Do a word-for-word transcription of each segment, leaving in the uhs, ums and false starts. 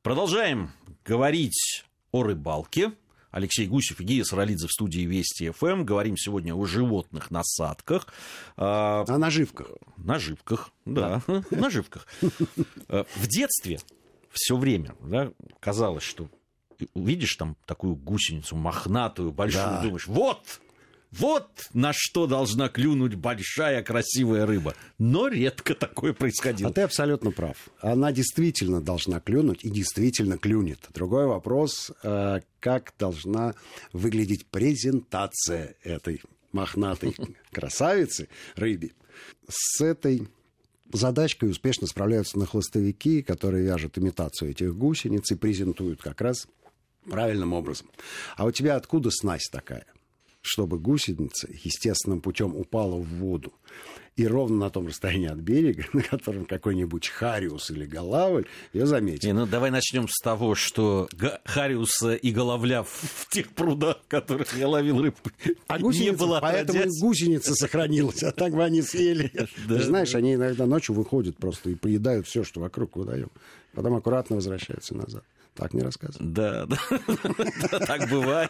Продолжаем говорить о рыбалке. Алексей Гусев и Гия Саралидзе в студии Вести эф эм. Говорим сегодня о животных насадках. О наживках. Наживках, да, да. наживках. В детстве все время, да, казалось, что увидишь там такую гусеницу мохнатую, большую, да. Думаешь, вот, вот на что должна клюнуть большая красивая рыба. Но редко такое происходило. А ты абсолютно прав. Она действительно должна клюнуть и действительно клюнет. Другой вопрос, как должна выглядеть презентация этой мохнатой красавицы рыбе. С этой задачкой успешно справляются нахлыстовики, которые вяжут имитацию этих гусениц и презентуют как раз правильным образом. А у тебя откуда снасть такая? Чтобы гусеница естественным путем упала в воду и ровно на том расстоянии от берега, на котором какой-нибудь хариус или голавль ее заметит. Не, ну давай начнем с того, что хариуса и голавля в тех прудах, в которых я ловил рыбку, а не было. Поэтому отродясь. Гусеница сохранилась, а так бы они съели. Ты знаешь, они иногда ночью выходят просто и поедают все, что вокруг выдаем. Потом аккуратно возвращаются назад. Так не рассказывай. Да, да, так бывает.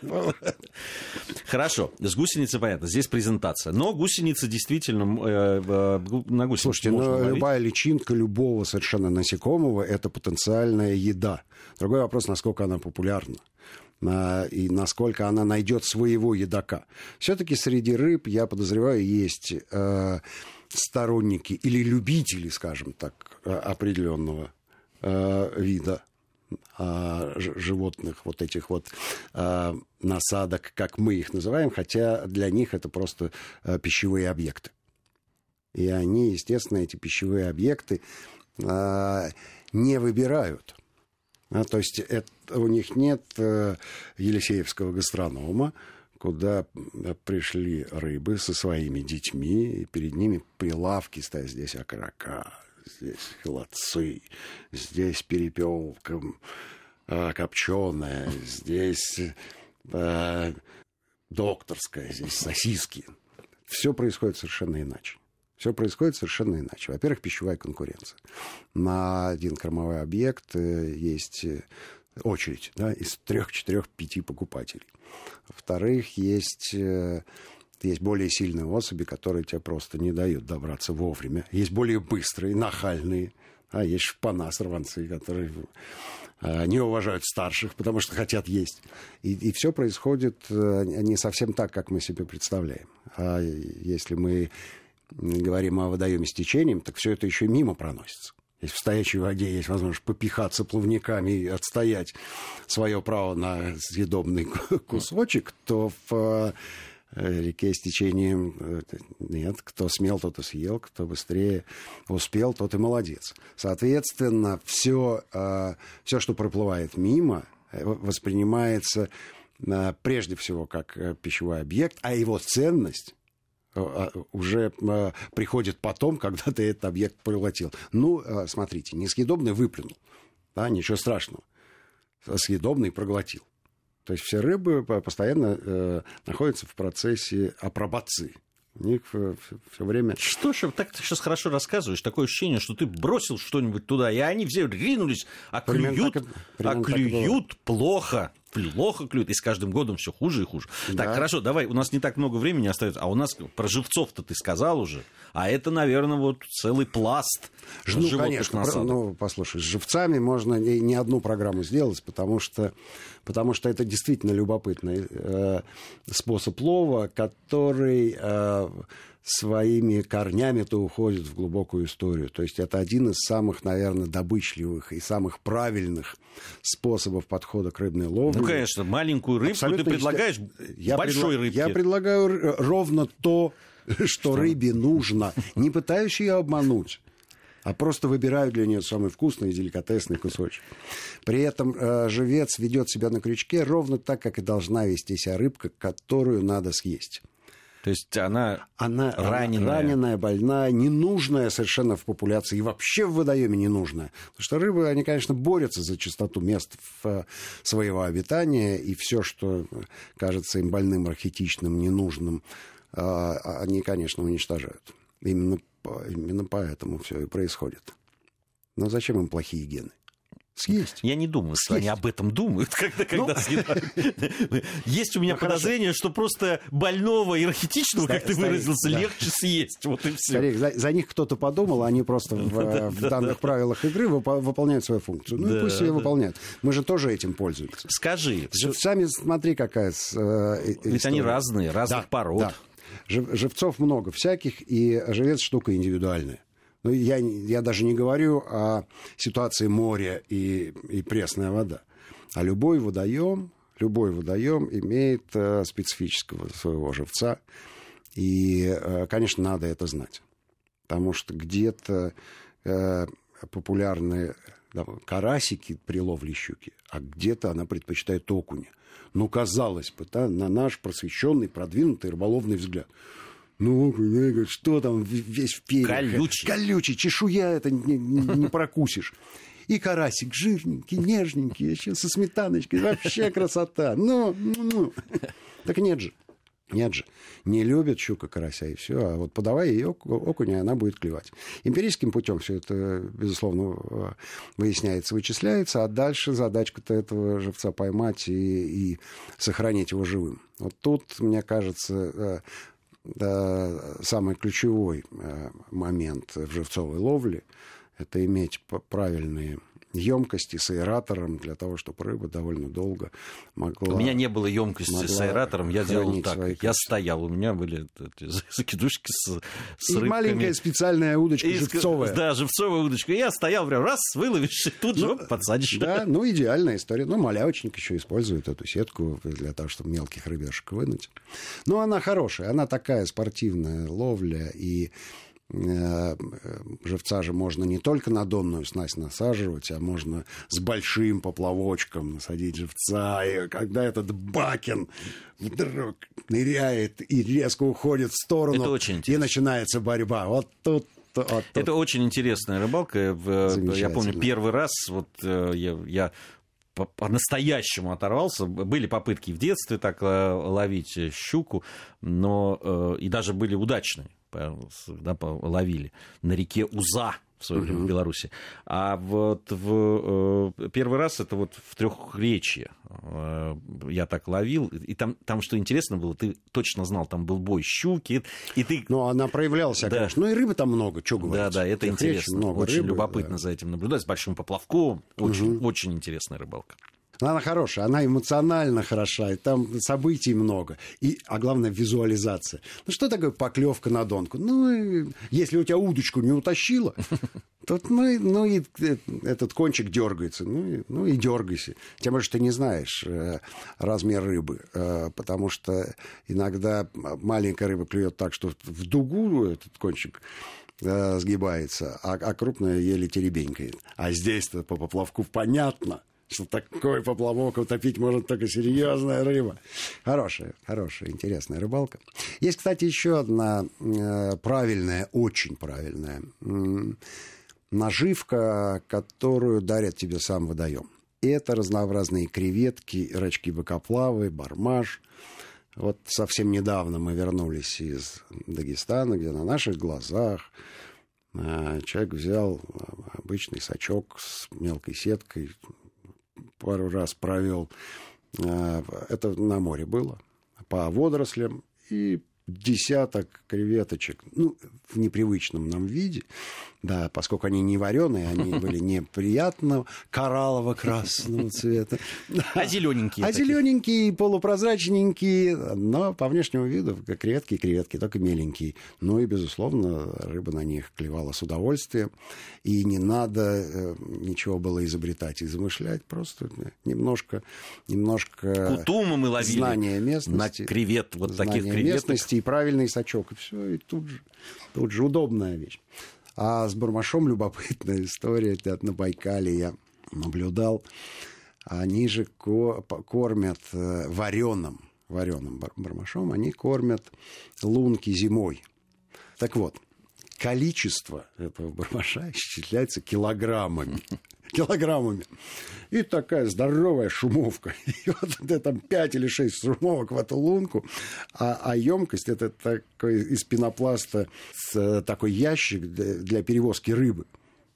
Хорошо, с гусеницей понятно, здесь презентация. Но гусеница действительно, на гусеницу Слушайте, но любая личинка любого совершенно насекомого – это потенциальная еда. Другой вопрос, насколько она популярна и насколько она найдет своего едока. Все-таки среди рыб, я подозреваю, есть сторонники или любители, скажем так, определенного вида животных, вот этих вот э, насадок, как мы их называем, хотя для них это просто э, пищевые объекты. И они, естественно, эти пищевые объекты э, не выбирают. А, то есть это, у них нет э, елисеевского гастронома, куда пришли рыбы со своими детьми, и перед ними прилавки стоят, здесь окорока, здесь холодцы, здесь перепелка э, копченая, здесь э, докторская, здесь сосиски. Все происходит совершенно иначе. Все происходит совершенно иначе. Во-первых, пищевая конкуренция. На один кормовой объект есть очередь, да, из трех, четырех, пяти покупателей. Во-вторых, есть... Есть более сильные особи, которые тебе просто не дают добраться вовремя. Есть более быстрые, нахальные. А есть шпана, сорванцы, которые а, не уважают старших, потому что хотят есть. И, и все происходит а, не совсем так, как мы себе представляем. А если мы говорим о водоеме с течением, так все это еще мимо проносится. Если в стоячей воде есть возможность попихаться плавниками и отстоять свое право на съедобный кусочек, то в реке с течением нет. Кто смел, тот и съел. Кто быстрее успел, тот и молодец. Соответственно, все, все что проплывает мимо, воспринимается прежде всего как пищевой объект, а его ценность уже приходит потом, когда ты этот объект проглотил. Ну, смотрите, несъедобный выплюнул. Да, ничего страшного. Съедобный проглотил. То есть все рыбы постоянно э, находятся в процессе апробации. У них все время... Что ж, так ты сейчас хорошо рассказываешь. Такое ощущение, что ты бросил что-нибудь туда, и они все ринулись, а клюют, так, а клюют плохо. Плохо клюют, и с каждым годом все хуже и хуже. Да. Так, хорошо, давай, у нас не так много времени остается, а у нас про живцов-то ты сказал уже, а это, наверное, вот целый пласт ну, животных конечно, насадок. Ну, послушай, с живцами можно не одну программу сделать, потому что, потому что это действительно любопытный э, способ лова, который... Э, своими корнями-то уходит в глубокую историю. То есть это один из самых, наверное, добычливых и самых правильных способов подхода к рыбной ловле. Ну, конечно, маленькую рыбку абсолютно ты предлагаешь я большой предла... рыбке. Я предлагаю ровно то, что, что рыбе нужно. Не пытаюсь ее обмануть, а просто выбираю для нее самый вкусный и деликатесный кусочек. При этом э, живец ведет себя на крючке ровно так, как и должна вести себя рыбка, которую надо съесть. То есть она, она раненая. раненая, больная, ненужная совершенно в популяции и вообще в водоеме ненужная. Потому что рыбы, они, конечно, борются за чистоту мест в, своего обитания, и все, что кажется им больным, архетичным, ненужным, они, конечно, уничтожают. Именно, именно поэтому все и происходит. Но зачем им плохие гены? Съесть. Я не думаю, что они об этом думают, когда, когда ну... съедают. Есть у меня ну, подозрение, хорошо. Что просто больного и рахитичного, как ты выразился, да. легче съесть. Вот и все. Старик, за, за них кто-то подумал, они просто в, в данных правилах игры выполняют свою функцию. Ну и пусть ее выполняют. Мы же тоже этим пользуемся. Скажи. Живцами, смотри, какая история. Ведь они разные, разных пород. Живцов много всяких, и живец штука индивидуальная. Ну, я, я даже не говорю о ситуации моря и, и пресная вода. А любой водоем, любой водоем имеет э, специфического своего живца. И, э, конечно, надо это знать. Потому что где-то э, популярны да, карасики при ловле щуки, а где-то она предпочитает окуня. Ну, казалось бы, да, на наш просвещенный, продвинутый рыболовный взгляд. Ну, что там весь в перьях? Колючий. Колючий, чешуя это не, не, не прокусишь. И карасик жирненький, нежненький, еще со сметаночкой. Вообще красота. Ну, ну, ну. Так нет же. Нет же. Не любит щука карася, и все. А вот подавай ей окуня, она будет клевать. Эмпирическим путем все это, безусловно, выясняется, вычисляется. А дальше задачка-то этого живца поймать и, и сохранить его живым. Вот тут, мне кажется... Да, самый ключевой момент в живцовой ловле – это иметь правильные емкости с аэратором для того, чтобы рыба довольно долго могла... У меня не было емкости с аэратором, я делал так. Я качества. стоял, у меня были закидушки с, с и рыбками. Маленькая специальная удочка и, живцовая. Да, живцовая удочка. Я стоял прям раз, выловишь, и тут ну, же подсадишь. Да, ну идеальная история. Ну, малявочник еще использует эту сетку для того, чтобы мелких рыбешек вынуть. Но она хорошая, она такая спортивная ловля, и... Живца же можно не только на донную снасть насаживать, а можно с большим поплавочком насадить живца. И когда этот бакен вдруг ныряет и резко уходит в сторону, и начинается борьба. Вот тут Вот, вот. Это очень интересная рыбалка. Я помню, первый раз вот я, я по-настоящему оторвался. Были попытки в детстве так ловить щуку, но и даже были удачные. Да, ловили на реке Уза в свое время uh-huh. в Беларуси. А вот в, э, первый раз это вот в Трехречье э, я так ловил. И там, там, что интересно было, ты точно знал, там был бой щуки. И ты... Ну, она проявлялась, да. конечно. Ну, и рыбы там много, что говорить. Да, да, это интересно. Много очень рыбы, любопытно да. за этим наблюдать. С большим поплавком. Очень, uh-huh. очень интересная рыбалка. Она хорошая, она эмоционально хороша, и там событий много. И, а главное, визуализация. Ну, что такое поклевка на донку? Ну, если у тебя удочку не утащила, то ну, ну, и этот кончик дергается. Ну и, ну, и дергайся. Тем более, что ты не знаешь э, размер рыбы. Э, потому что иногда маленькая рыба клюет так, что в дугу этот кончик э, сгибается, а, а крупная еле теребенькает. А здесь-то по поплавку понятно, что такой поплавок утопить может только серьезная рыба. Хорошая, хорошая, интересная рыбалка. Есть, кстати, еще одна э, правильная, очень правильная э, наживка, которую дарят тебе сам водоем. Это разнообразные креветки, рачки-бокоплавы, бармаш. Вот совсем недавно мы вернулись из Дагестана, где на наших глазах э, человек взял обычный сачок с мелкой сеткой, пару раз провел, это на море было, по водорослям, и десяток креветочек, ну, в непривычном нам виде, да, поскольку они не вареные, они были неприятного кораллово-красного цвета. А зелененькие. А зелененькие, полупрозрачненькие, но по внешнему виду креветки-креветки, только меленькие. Ну и, безусловно, рыба на них клевала с удовольствием. И не надо ничего было изобретать и замышлять, просто немножко, немножко Кутумы мы ловили знания местности. На кревет, вот таких креветок. Местности и правильный сачок. И все, и тут же, тут же удобная вещь. А с бармашом любопытная история. На Байкале я наблюдал. Они же кормят вареным, вареным бармашом, они кормят лунки зимой. Так вот, количество этого бармаша исчисляется килограммами. Килограммами. И такая здоровая шумовка. И вот там пять или шесть шумовок в эту лунку. А, а емкость это такой из пенопласта такой ящик для, для перевозки рыбы.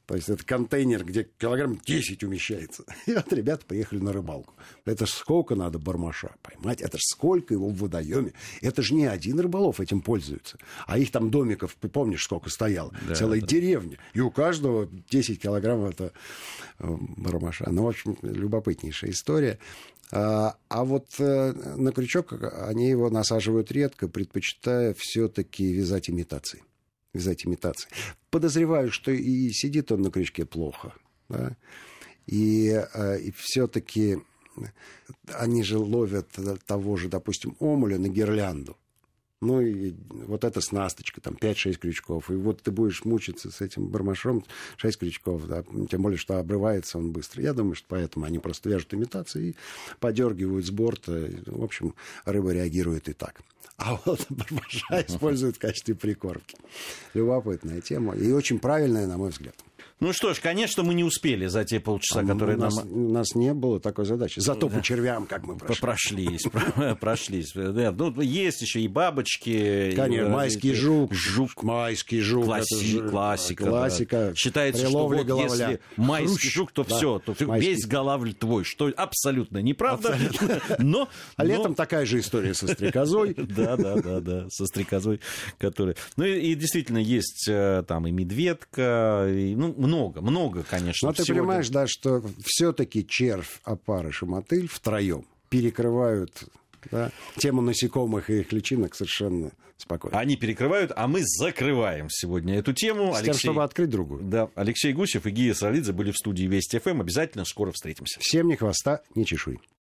То есть это контейнер, где килограмм десять умещается. И вот ребята приехали на рыбалку. Это ж сколько надо бармаша поймать, это ж сколько его в водоеме. Это же не один рыболов этим пользуется. А их там домиков, ты помнишь, сколько стояло? Да, целая да. деревня. И у каждого десять килограмм это бармаша. Ну, в общем, любопытнейшая история. А, а вот э, на крючок они его насаживают редко, предпочитая все-таки вязать имитации. Вязать имитации. Подозреваю, что и сидит он на крючке плохо. Да? И, э, и все-таки они же ловят того же, допустим, омуля на гирлянду. Ну и вот эта снасточка, там пять-шесть крючков. И вот ты будешь мучиться с этим бармашом, шесть крючков, да, тем более, что обрывается он быстро. Я думаю, что поэтому они просто вяжут имитации и подергивают с борта. В общем, рыба реагирует и так. А вот бармаша используют в качестве прикормки. Любопытная тема и очень правильная, на мой взгляд. Ну что ж, конечно, мы не успели за те полчаса, которые у нас, нам... У нас не было такой задачи. Зато по червям, как мы прошли. Прошлись, прошлись. Ну, есть еще и бабочки. Конечно, майский жук. Жук. Майский жук. Классика. Классика. Считается, что вот если майский жук, то все, то весь голавль твой. Что абсолютно неправда. Но... А летом такая же история со стрекозой. Да, да, да, да, со стрекозой, которая... Ну и действительно есть там и медведка, ну, много, много, конечно. Но ты понимаешь, да, что все-таки червь, опарыш и мотыль втроем перекрывают, да, тему насекомых и их личинок совершенно спокойно. Они перекрывают, а мы закрываем сегодня эту тему. С Алексей... тем, чтобы открыть другую. Да, Алексей Гусев и Гия Саралидзе были в студии Вести ФМ. Обязательно скоро встретимся. Всем ни хвоста, ни чешуи.